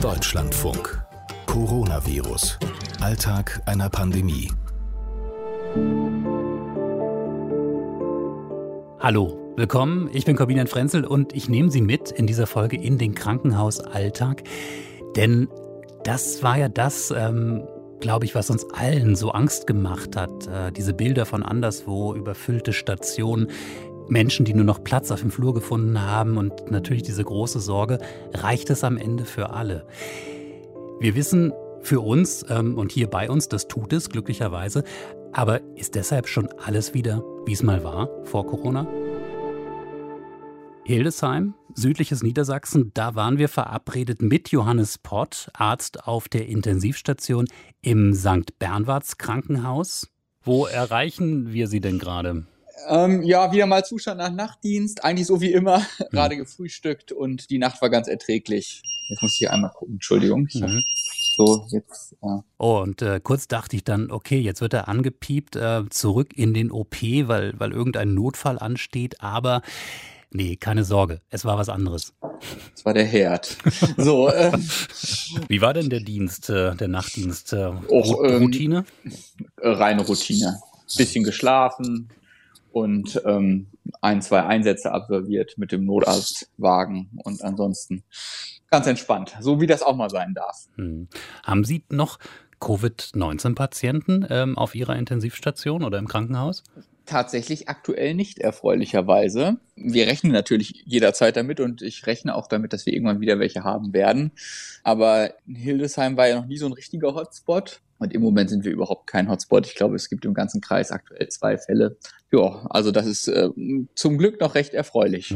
Deutschlandfunk. Coronavirus. Alltag einer Pandemie. Hallo, willkommen. Ich bin Corbinian Frenzel und ich nehme Sie mit in dieser Folge in den Krankenhausalltag. Denn das war ja das, glaube ich, was uns allen so Angst gemacht hat. Diese Bilder von anderswo, überfüllte Stationen, Menschen, die nur noch Platz auf dem Flur gefunden haben und natürlich diese große Sorge, reicht es am Ende für alle? Wir wissen für uns und hier bei uns, das tut es glücklicherweise, aber ist deshalb schon alles wieder, wie es mal war vor Corona? Hildesheim, südliches Niedersachsen, da waren wir verabredet mit Johannes Pott, Arzt auf der Intensivstation im St. Bernwarts Krankenhaus. Wo erreichen wir Sie denn gerade? Wieder mal Zustand nach Nachtdienst, eigentlich so wie immer, gerade gefrühstückt und die Nacht war ganz erträglich. Jetzt muss ich hier einmal gucken, Entschuldigung. Oh, und kurz dachte ich dann, okay, jetzt wird er angepiept, zurück in den OP, weil irgendein Notfall ansteht, aber nee, keine Sorge, es war was anderes. Das war der Herd. Wie war denn der Dienst, der Nachtdienst? Routine? Reine Routine. Bisschen geschlafen und 1, 2 Einsätze absolviert mit dem Notarztwagen und ansonsten ganz entspannt, so wie das auch mal sein darf. Haben Sie noch Covid-19-Patienten auf Ihrer Intensivstation oder im Krankenhaus? Tatsächlich aktuell nicht, erfreulicherweise. Wir rechnen natürlich jederzeit damit und ich rechne auch damit, dass wir irgendwann wieder welche haben werden. Aber Hildesheim war ja noch nie so ein richtiger Hotspot und im Moment sind wir überhaupt kein Hotspot. Ich glaube, es gibt im ganzen Kreis aktuell 2 Fälle. Ja, also das ist zum Glück noch recht erfreulich.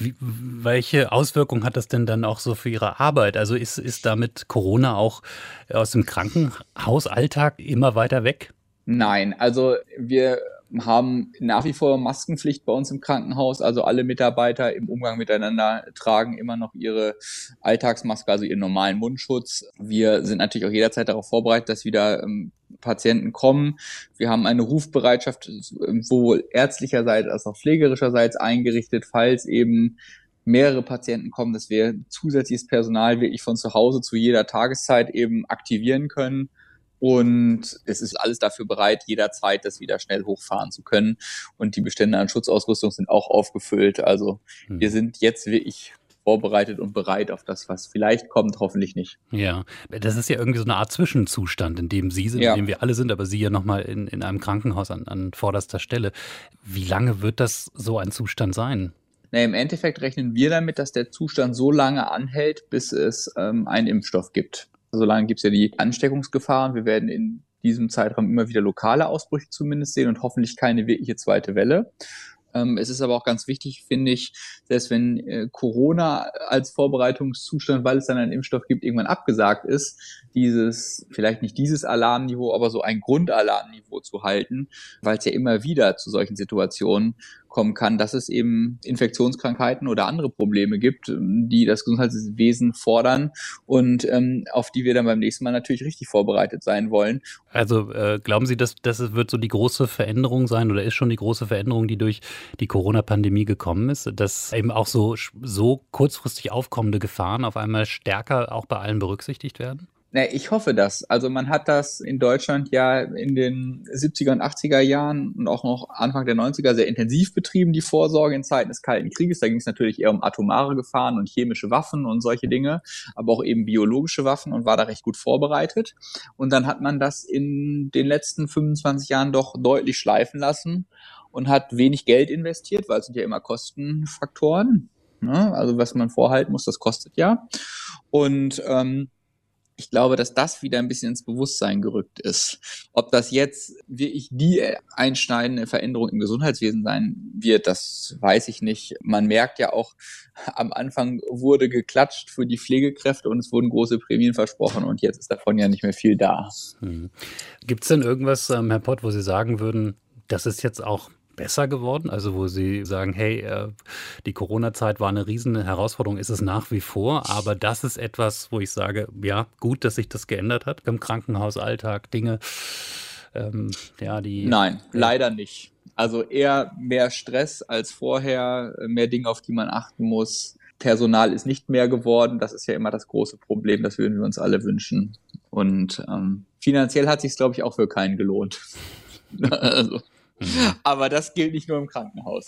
Welche Auswirkungen hat das denn dann auch so für Ihre Arbeit? Also ist damit Corona auch aus dem Krankenhausalltag immer weiter weg? Nein, also wir haben nach wie vor Maskenpflicht bei uns im Krankenhaus. Also alle Mitarbeiter im Umgang miteinander tragen immer noch ihre Alltagsmaske, also ihren normalen Mundschutz. Wir sind natürlich auch jederzeit darauf vorbereitet, dass wieder Patienten kommen. Wir haben eine Rufbereitschaft sowohl ärztlicherseits als auch pflegerischerseits eingerichtet, falls eben mehrere Patienten kommen, dass wir zusätzliches Personal wirklich von zu Hause zu jeder Tageszeit eben aktivieren können. Und es ist alles dafür bereit, jederzeit das wieder schnell hochfahren zu können. Und die Bestände an Schutzausrüstung sind auch aufgefüllt. Also wir sind jetzt wirklich vorbereitet und bereit auf das, was vielleicht kommt, hoffentlich nicht. Ja, das ist ja irgendwie so eine Art Zwischenzustand, in dem Sie sind, in dem wir alle sind, aber Sie ja nochmal in einem Krankenhaus an vorderster Stelle. Wie lange wird das so ein Zustand sein? Im Endeffekt rechnen wir damit, dass der Zustand so lange anhält, bis es einen Impfstoff gibt. Solange gibt es ja die Ansteckungsgefahr. Wir werden in diesem Zeitraum immer wieder lokale Ausbrüche zumindest sehen und hoffentlich keine wirkliche zweite Welle. Es ist aber auch ganz wichtig, finde ich, dass wenn Corona als Vorbereitungszustand, weil es dann einen Impfstoff gibt, irgendwann abgesagt ist, vielleicht nicht dieses Alarmniveau, aber so ein Grundalarmniveau zu halten, weil es ja immer wieder zu solchen Situationen kommen kann, dass es eben Infektionskrankheiten oder andere Probleme gibt, die das Gesundheitswesen fordern und auf die wir dann beim nächsten Mal natürlich richtig vorbereitet sein wollen. Also glauben Sie, dass es wird so die große Veränderung sein oder ist schon die große Veränderung, die durch die Corona-Pandemie gekommen ist, dass eben auch so kurzfristig aufkommende Gefahren auf einmal stärker auch bei allen berücksichtigt werden? Ich hoffe das. Also man hat das in Deutschland ja in den 70er und 80er Jahren und auch noch Anfang der 90er sehr intensiv betrieben, die Vorsorge in Zeiten des Kalten Krieges. Da ging es natürlich eher um atomare Gefahren und chemische Waffen und solche Dinge, aber auch eben biologische Waffen und war da recht gut vorbereitet. Und dann hat man das in den letzten 25 Jahren doch deutlich schleifen lassen und hat wenig Geld investiert, weil es sind ja immer Kostenfaktoren. Ne? Also was man vorhalten muss, das kostet ja. Und ich glaube, dass das wieder ein bisschen ins Bewusstsein gerückt ist. Ob das jetzt wirklich die einschneidende Veränderung im Gesundheitswesen sein wird, das weiß ich nicht. Man merkt ja auch, am Anfang wurde geklatscht für die Pflegekräfte und es wurden große Prämien versprochen und jetzt ist davon ja nicht mehr viel da. Gibt es denn irgendwas, Herr Pott, wo Sie sagen würden, das ist jetzt auch besser geworden? Also wo Sie sagen, hey, die Corona-Zeit war eine riesen Herausforderung, ist es nach wie vor, aber das ist etwas, wo ich sage, ja, gut, dass sich das geändert hat im Krankenhausalltag, Dinge, Nein, leider nicht. Also eher mehr Stress als vorher, mehr Dinge, auf die man achten muss. Personal ist nicht mehr geworden. Das ist ja immer das große Problem. Das würden wir uns alle wünschen. Und finanziell hat sich, glaube ich, auch für keinen gelohnt. Also, aber das gilt nicht nur im Krankenhaus.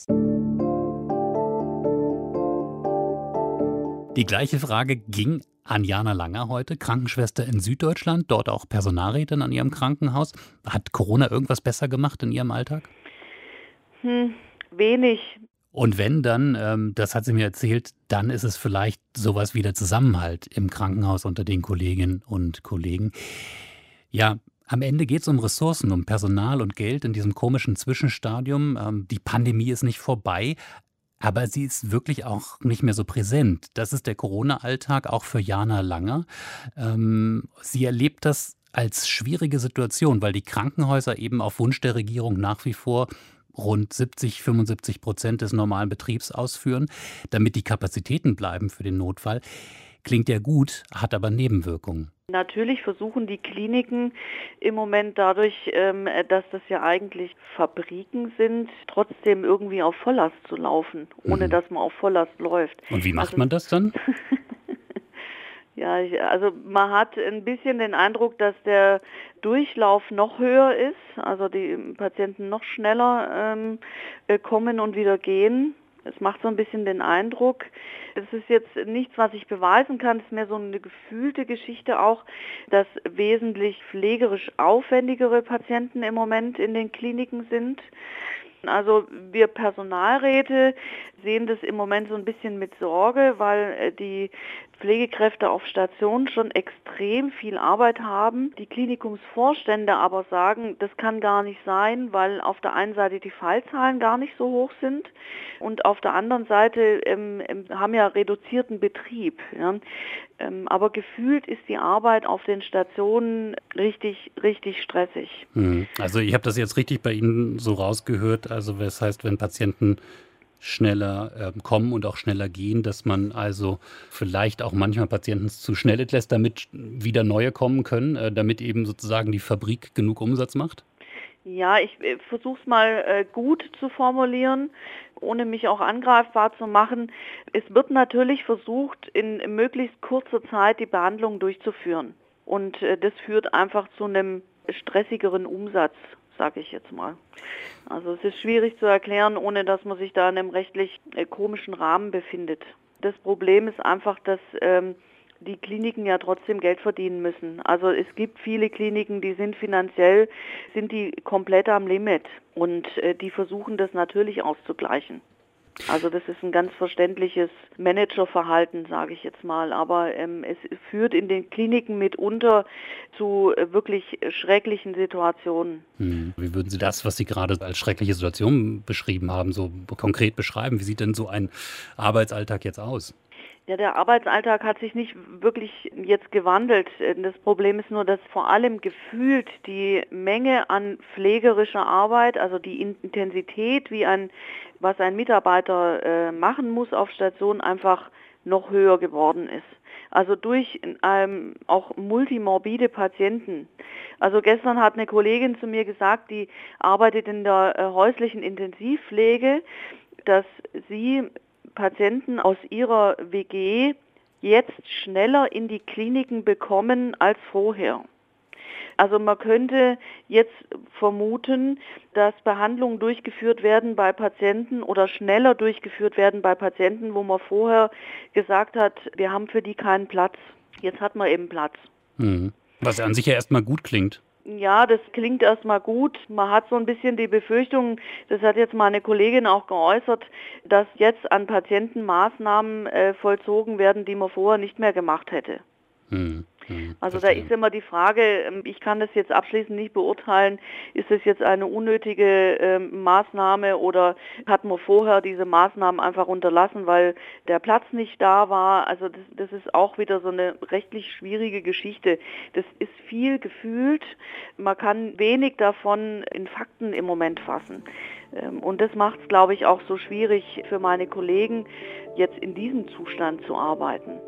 Die gleiche Frage ging an Jana Langer heute, Krankenschwester in Süddeutschland, dort auch Personalrätin an ihrem Krankenhaus. Hat Corona irgendwas besser gemacht in ihrem Alltag? Wenig. Und wenn dann, das hat sie mir erzählt, dann ist es vielleicht sowas wie der Zusammenhalt im Krankenhaus unter den Kolleginnen und Kollegen. Ja, am Ende geht es um Ressourcen, um Personal und Geld in diesem komischen Zwischenstadium. Die Pandemie ist nicht vorbei, aber sie ist wirklich auch nicht mehr so präsent. Das ist der Corona-Alltag auch für Jana Langer. Sie erlebt das als schwierige Situation, weil die Krankenhäuser eben auf Wunsch der Regierung nach wie vor rund 70-75% des normalen Betriebs ausführen, damit die Kapazitäten bleiben für den Notfall. Klingt ja gut, hat aber Nebenwirkungen. Natürlich versuchen die Kliniken im Moment dadurch, dass das ja eigentlich Fabriken sind, trotzdem irgendwie auf Volllast zu laufen, ohne dass man auf Volllast läuft. Und wie macht man das dann? Ja, also man hat ein bisschen den Eindruck, dass der Durchlauf noch höher ist, also die Patienten noch schneller kommen und wieder gehen. Es macht so ein bisschen den Eindruck. Es ist jetzt nichts, was ich beweisen kann. Es ist mehr so eine gefühlte Geschichte auch, dass wesentlich pflegerisch aufwendigere Patienten im Moment in den Kliniken sind. Also wir Personalräte sehen das im Moment so ein bisschen mit Sorge, weil die Pflegekräfte auf Station schon extrem viel Arbeit haben. Die Klinikumsvorstände aber sagen, das kann gar nicht sein, weil auf der einen Seite die Fallzahlen gar nicht so hoch sind und auf der anderen Seite haben ja reduzierten Betrieb. Ja. Aber gefühlt ist die Arbeit auf den Stationen richtig, richtig stressig. Also ich habe das jetzt richtig bei Ihnen so rausgehört. Also das heißt, wenn Patienten schneller kommen und auch schneller gehen, dass man also vielleicht auch manchmal Patienten zu schnell entlässt, damit wieder neue kommen können, damit eben sozusagen die Fabrik genug Umsatz macht? Ja, ich versuche es mal gut zu formulieren, ohne mich auch angreifbar zu machen. Es wird natürlich versucht, in möglichst kurzer Zeit die Behandlung durchzuführen. Und das führt einfach zu einem stressigeren Umsatz, sage ich jetzt mal. Also es ist schwierig zu erklären, ohne dass man sich da in einem rechtlich komischen Rahmen befindet. Das Problem ist einfach, dass die Kliniken ja trotzdem Geld verdienen müssen. Also es gibt viele Kliniken, die sind finanziell, sind die komplett am Limit und die versuchen das natürlich auszugleichen. Also das ist ein ganz verständliches Managerverhalten, sage ich jetzt mal. Aber es führt in den Kliniken mitunter zu wirklich schrecklichen Situationen. Wie würden Sie das, was Sie gerade als schreckliche Situation beschrieben haben, so konkret beschreiben? Wie sieht denn so ein Arbeitsalltag jetzt aus? Ja, der Arbeitsalltag hat sich nicht wirklich jetzt gewandelt. Das Problem ist nur, dass vor allem gefühlt die Menge an pflegerischer Arbeit, also die Intensität, was ein Mitarbeiter machen muss auf Station, einfach noch höher geworden ist. Also durch auch multimorbide Patienten. Also gestern hat eine Kollegin zu mir gesagt, die arbeitet in der häuslichen Intensivpflege, dass sie Patienten aus ihrer WG jetzt schneller in die Kliniken bekommen als vorher. Also man könnte jetzt vermuten, dass Behandlungen durchgeführt werden bei Patienten oder schneller durchgeführt werden bei Patienten, wo man vorher gesagt hat, wir haben für die keinen Platz. Jetzt hat man eben Platz. Was an sich ja erstmal gut klingt. Ja, das klingt erstmal gut. Man hat so ein bisschen die Befürchtung, das hat jetzt meine Kollegin auch geäußert, dass jetzt an Patienten Maßnahmen vollzogen werden, die man vorher nicht mehr gemacht hätte. Also da ist immer die Frage, ich kann das jetzt abschließend nicht beurteilen, ist das jetzt eine unnötige Maßnahme oder hat man vorher diese Maßnahmen einfach unterlassen, weil der Platz nicht da war. Also das ist auch wieder so eine rechtlich schwierige Geschichte. Das ist viel gefühlt, man kann wenig davon in Fakten im Moment fassen. Und das macht es, glaube ich, auch so schwierig für meine Kollegen, jetzt in diesem Zustand zu arbeiten.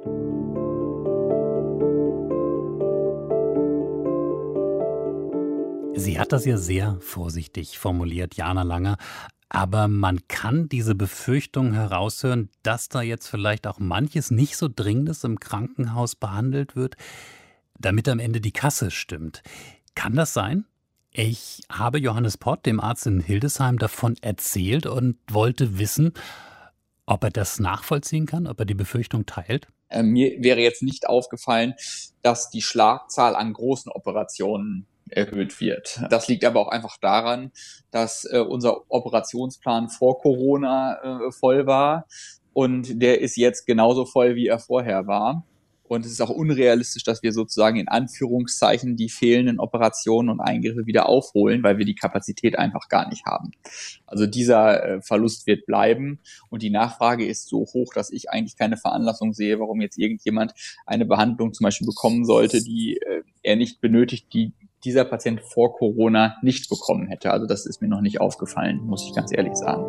Sie hat das ja sehr vorsichtig formuliert, Jana Langer. Aber man kann diese Befürchtung heraushören, dass da jetzt vielleicht auch manches nicht so Dringendes im Krankenhaus behandelt wird, damit am Ende die Kasse stimmt. Kann das sein? Ich habe Johannes Pott, dem Arzt in Hildesheim, davon erzählt und wollte wissen, ob er das nachvollziehen kann, ob er die Befürchtung teilt. Mir wäre jetzt nicht aufgefallen, dass die Schlagzahl an großen Operationen erhöht wird. Das liegt aber auch einfach daran, dass unser Operationsplan vor Corona voll war und der ist jetzt genauso voll, wie er vorher war. Und es ist auch unrealistisch, dass wir sozusagen in Anführungszeichen die fehlenden Operationen und Eingriffe wieder aufholen, weil wir die Kapazität einfach gar nicht haben. Also dieser Verlust wird bleiben und die Nachfrage ist so hoch, dass ich eigentlich keine Veranlassung sehe, warum jetzt irgendjemand eine Behandlung zum Beispiel bekommen sollte, die er nicht benötigt, die dieser Patient vor Corona nicht bekommen hätte. Also das ist mir noch nicht aufgefallen, muss ich ganz ehrlich sagen.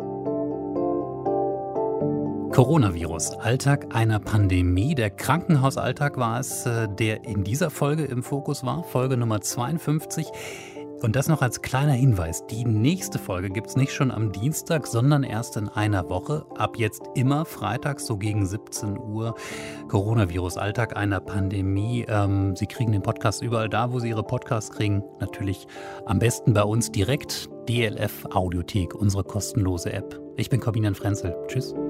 Coronavirus, Alltag einer Pandemie. Der Krankenhausalltag war es, der in dieser Folge im Fokus war, Folge Nummer 52. Und das noch als kleiner Hinweis. Die nächste Folge gibt es nicht schon am Dienstag, sondern erst in einer Woche. Ab jetzt immer freitags, so gegen 17 Uhr. Coronavirus, Alltag einer Pandemie. Sie kriegen den Podcast überall da, wo Sie Ihre Podcasts kriegen. Natürlich am besten bei uns direkt. DLF Audiothek, unsere kostenlose App. Ich bin Corbinian Frenzel. Tschüss.